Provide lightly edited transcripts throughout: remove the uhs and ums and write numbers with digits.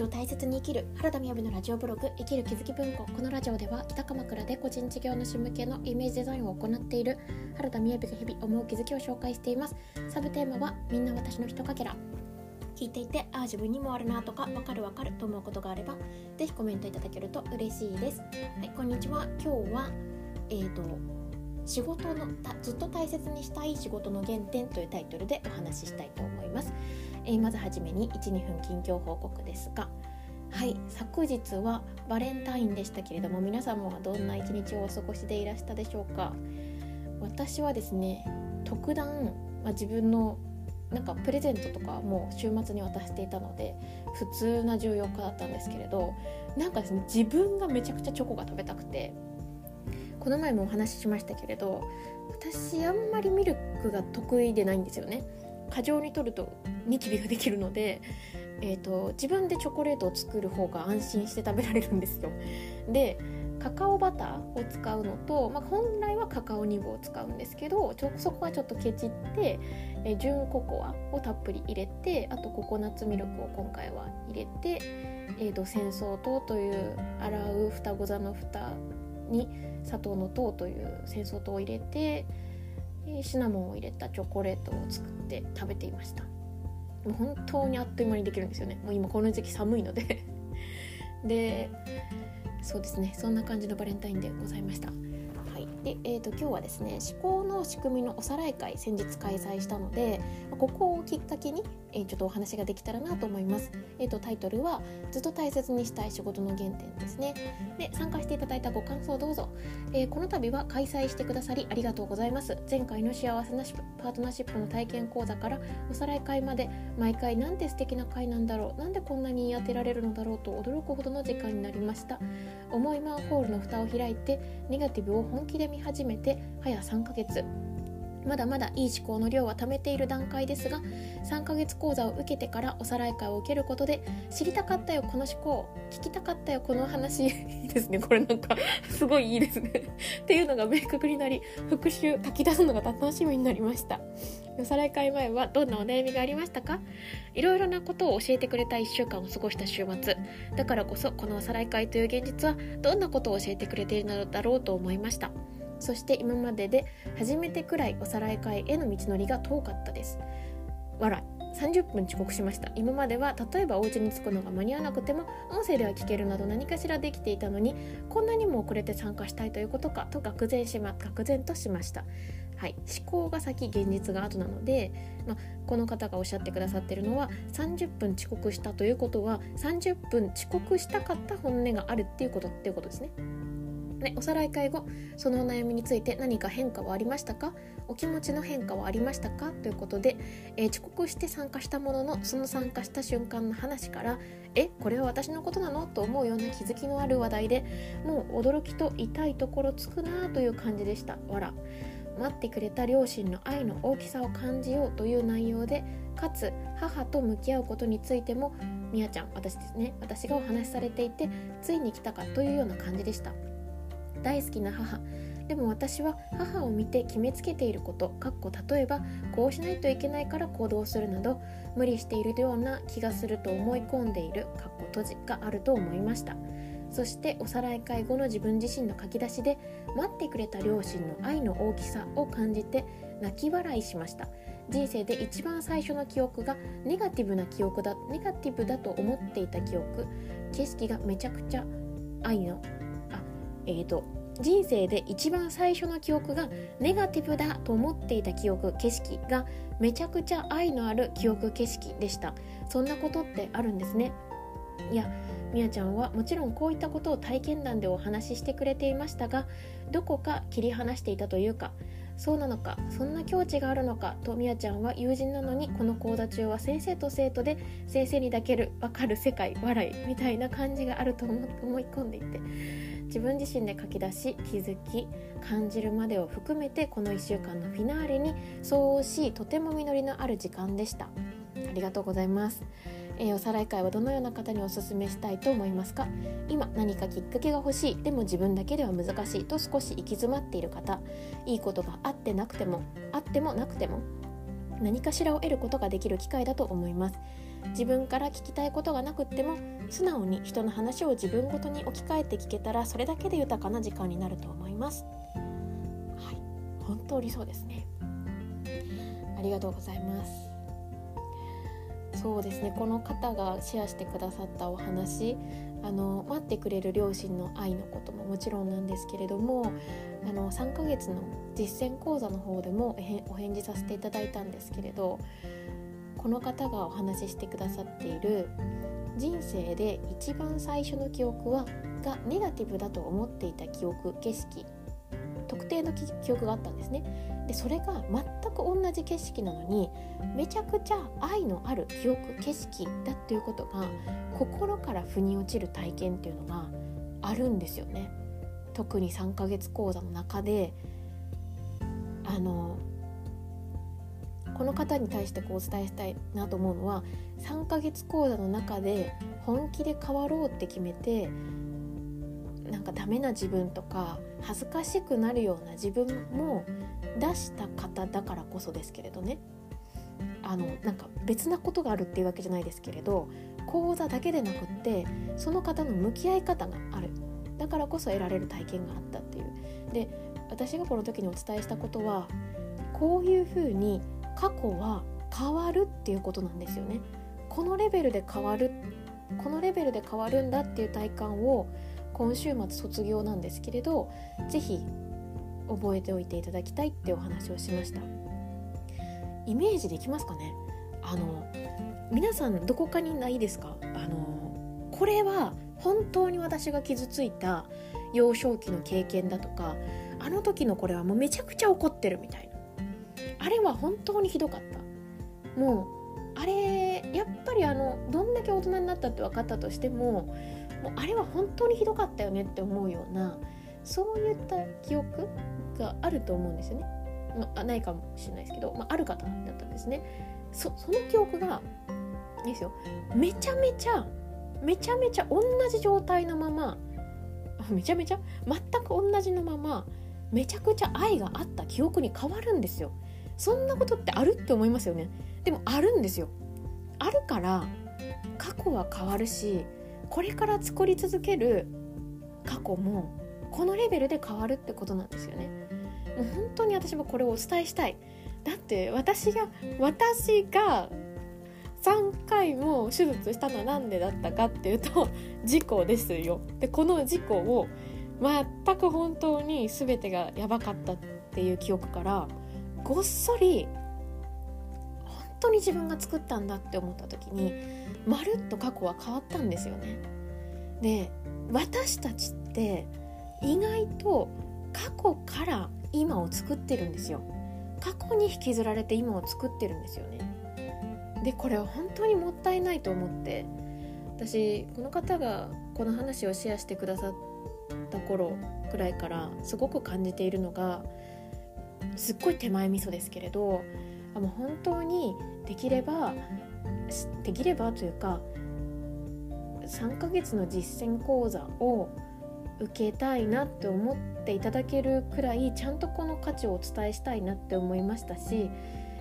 を大切に生きる原田みやびのラジオブログ生きる気づき文庫。このラジオでは北鎌倉で個人事業主向けのイメージデザインを行っている原田みやびが日々思う気づきを紹介しています。サブテーマはみんな私のひとかけら。聞いていて自分にもあるなとかわかると思うことがあればぜひコメントいただけると嬉しいです。はい、こんにちは。今日は仕事のずっと大切にしたい仕事の原点というタイトルでお話ししたいと思います。まずはじめに 1,2 分近況報告ですが、はい、昨日はバレンタインでしたけれども、皆様はどんな一日をお過ごしでいらしたでしょうか。私はですね、特段、自分のプレゼントとかも週末に渡していたので普通な14日だったんですけれど、ですね、自分がめちゃくちゃチョコが食べたくて、この前もお話ししましたけれど、私あんまりミルクが得意でないんですよね。過剰に取るとニキビができるので、自分でチョコレートを作る方が安心して食べられるんですよ。で、カカオバターを使うのと、本来はカカオニブを使うんですけど、そこはちょっとケチって、純ココアをたっぷり入れて、あとココナッツミルクを今回は入れて、仙草糖という洗う双子座の蓋に砂糖の糖という仙草糖を入れて、シナモンを入れたチョコレートを作って食べていました。もう本当にあっという間にできるんですよね。もう今この時期寒いのでで、そうですね、そんな感じのバレンタインでございました。はい。で、今日はですね、思考の仕組みのおさらい会先日開催したので、ここをきっかけに、ちょっとお話ができたらなと思います。タイトルはずっと大切にしたい仕事の原点ですね。で、参加していただいたご感想をどうぞ。この度は開催してくださりありがとうございます。前回の幸せなパートナーシップの体験講座からおさらい会まで、毎回なんて素敵な会なんだろう、なんでこんなに当てられるのだろうと驚くほどの時間になりました。重いマンホールの蓋を開いてネガティブを本気で見始めて早3ヶ月、まだまだいい思考の量は貯めている段階ですが、3ヶ月講座を受けてからおさらい会を受けることで、知りたかったよこの思考、聞きたかったよこの話いいですね、これすごいいいですねっていうのが明確になり、復習書き出すのが楽しみになりました。おさらい会前はどんなお悩みがありましたか？いろいろなことを教えてくれた1週間を過ごした週末だからこそ、このおさらい会という現実はどんなことを教えてくれているのだろうと思いました。そして今までで初めてくらいおさらい会への道のりが遠かったです。笑い。30分遅刻しました。今までは例えばお家に着くのが間に合わなくても音声では聞けるなど何かしらできていたのに、こんなにも遅れて参加したいということかと愕然としました。はい、思考が先現実が後なので、この方がおっしゃってくださっているのは、30分遅刻したということは30分遅刻したかった本音があるっていうことですね。おさらい会後、そのお悩みについて何か変化はありましたか？お気持ちの変化はありましたか？ということで、遅刻して参加したものの、その参加した瞬間の話から、これは私のことなのと思うような気づきのある話題で、もう驚きと痛いところつくなという感じでした。笑。待ってくれた両親の愛の大きさを感じようという内容で、かつ母と向き合うことについても、みやちゃん、私ですね、私がお話しされていて、ついに来たかというような感じでした。大好きな母でも、私は母を見て決めつけていること、例えばこうしないといけないから行動するなど無理しているような気がすると思い込んでいるがあると思いました。そしておさらい会後の自分自身の書き出しで、待ってくれた両親の愛の大きさを感じて泣き笑いしました。人生で一番最初の記憶がネガティブだと思っていた記憶、景色がめちゃくちゃ人生で一番最初の記憶がネガティブだと思っていた記憶、景色がめちゃくちゃ愛のある記憶、景色でした。そんなことってあるんですね。いや、みやちゃんはもちろんこういったことを体験談でお話ししてくれていましたが、どこか切り離していたというか、そうなのか、そんな境地があるのかと、みやちゃんは友人なのにこの講座中は先生と生徒で、先生にだけわかる世界、笑いみたいな感じがあると思い込んでいて、自分自身で書き出し、気づき、感じるまでを含めて、この1週間のフィナーレに相応し、とても実りのある時間でした。ありがとうございます。おさらい会はどのような方にお勧めしたいと思いますか？今何かきっかけが欲しい、でも自分だけでは難しいと少し行き詰まっている方、いいことがあってもなくても何かしらを得ることができる機会だと思います。自分から聞きたいことがなくっても素直に人の話を自分ごとに置き換えて聞けたら、それだけで豊かな時間になると思います。はい、本当にそうですね。ありがとうございます。そうですね、この方がシェアしてくださったお話、待ってくれる両親の愛のことももちろんなんですけれども、3ヶ月の実践講座の方でもお返事させていただいたんですけれど、この方がお話ししてくださっている人生で一番最初の記憶がネガティブだと思っていた記憶、景色、特定の記憶があったんですね。でそれが全く同じ景色なのにめちゃくちゃ愛のある記憶、景色だっていうことが心から腑に落ちる体験っていうのがあるんですよね。特に3ヶ月講座の中でこの方に対してお伝えしたいなと思うのは、3ヶ月講座の中で本気で変わろうって決めて、なんかダメな自分とか恥ずかしくなるような自分も出した方だからこそですけれどね、なんか別なことがあるっていうわけじゃないですけれど、講座だけでなくってその方の向き合い方がある、だからこそ得られる体験があったっていう。で、私がこの時にお伝えしたことは、こういうふうに過去は変わるっていうことなんですよね。このレベルで変わるんだっていう体感を今週末卒業なんですけれど、ぜひ覚えておいていただきたいってお話をしました。イメージできますかね。皆さんどこかにないですか？これは本当に私が傷ついた幼少期の経験だとか、あの時のこれはもうめちゃくちゃ怒ってるみたいな、あれは本当にひどかった、もうあれやっぱりどんだけ大人になったって分かったとしても、もうあれは本当にひどかったよねって思うような、そういった記憶があると思うんですよね。ないかもしれないですけど、ある方だったんですね。その記憶がいいですよ、めちゃめちゃ同じ状態のまま、全く同じのままめちゃくちゃ愛があった記憶に変わるんですよ。そんなことってあるって思いますよね。でもあるんですよ。あるから過去は変わるし、これから作り続ける過去もこのレベルで変わるってことなんですよね。もう本当に私もこれをお伝えしたい。だって私が3回も手術したのはなんでだったかっていうと、事故ですよ。でこの事故を全く本当に全てがやばかったっていう記憶から、ごっそり本当に自分が作ったんだって思った時に、まるっと過去は変わったんですよね。で、私たちって意外と過去から今を作ってるんですよ。過去に引きずられて今を作ってるんですよね。でこれは本当にもったいないと思って、私この方がこの話をシェアしてくださった頃くらいからすごく感じているのが、すっごい手前味噌ですけれど、もう本当にできればというか、3ヶ月の実践講座を受けたいなって思っていただけるくらい、ちゃんとこの価値をお伝えしたいなって思いましたし、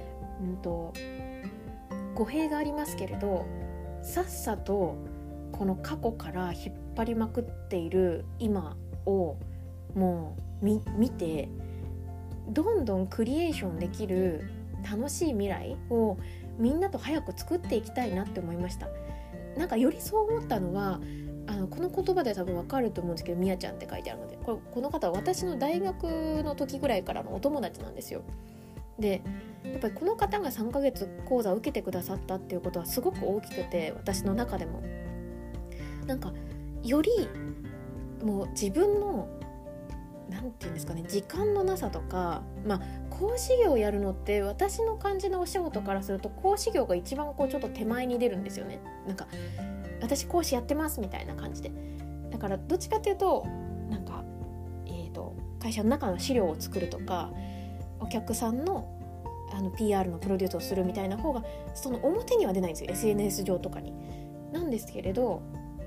語弊がありますけれど、さっさとこの過去から引っ張りまくっている今をもう見て、どんどんクリエーションできる楽しい未来をみんなと早く作っていきたいなって思いました。なんかよりそう思ったのは、この言葉で多分わかると思うんですけど、みやちゃんって書いてあるので、この方は私の大学の時ぐらいからのお友達なんですよ。でやっぱりこの方が3ヶ月講座を受けてくださったっていうことはすごく大きくて、私の中でもなんかよりもう自分のなんていうんですかね、時間のなさとか、講師業をやるのって私の感じのお仕事からすると講師業が一番ちょっと手前に出るんですよね。なんか私講師やってますみたいな感じで、だからどっちかっていうとなんか、会社の中の資料を作るとか、お客さんのPR のプロデュースをするみたいな方がその表には出ないんですよ、 SNS 上とかに。なんですけれど、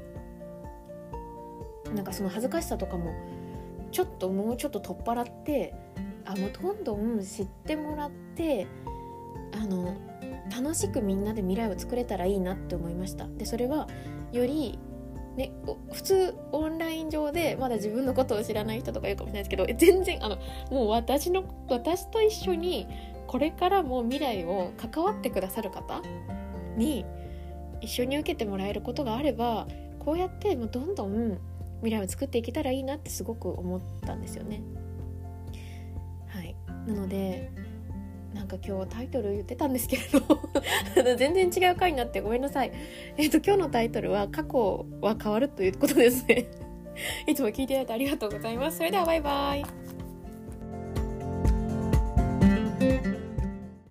なんかその恥ずかしさとかももうちょっと取っ払って、もうどんどん知ってもらって、 楽しくみんなで未来を作れたらいいなって思いました。でそれはよりね、普通オンライン上でまだ自分のことを知らない人とかいるかもしれないですけど、全然もう私と一緒にこれからも未来を関わってくださる方に一緒に受けてもらえることがあれば、こうやってもうどんどん未来を作っていけたらいいなってすごく思ったんですよね。はい、なのでなんか今日タイトル言ってたんですけれど全然違う回になってごめんなさい。今日のタイトルは過去は変わるということですねいつも聞いていただいてありがとうございます。それではバイバイ。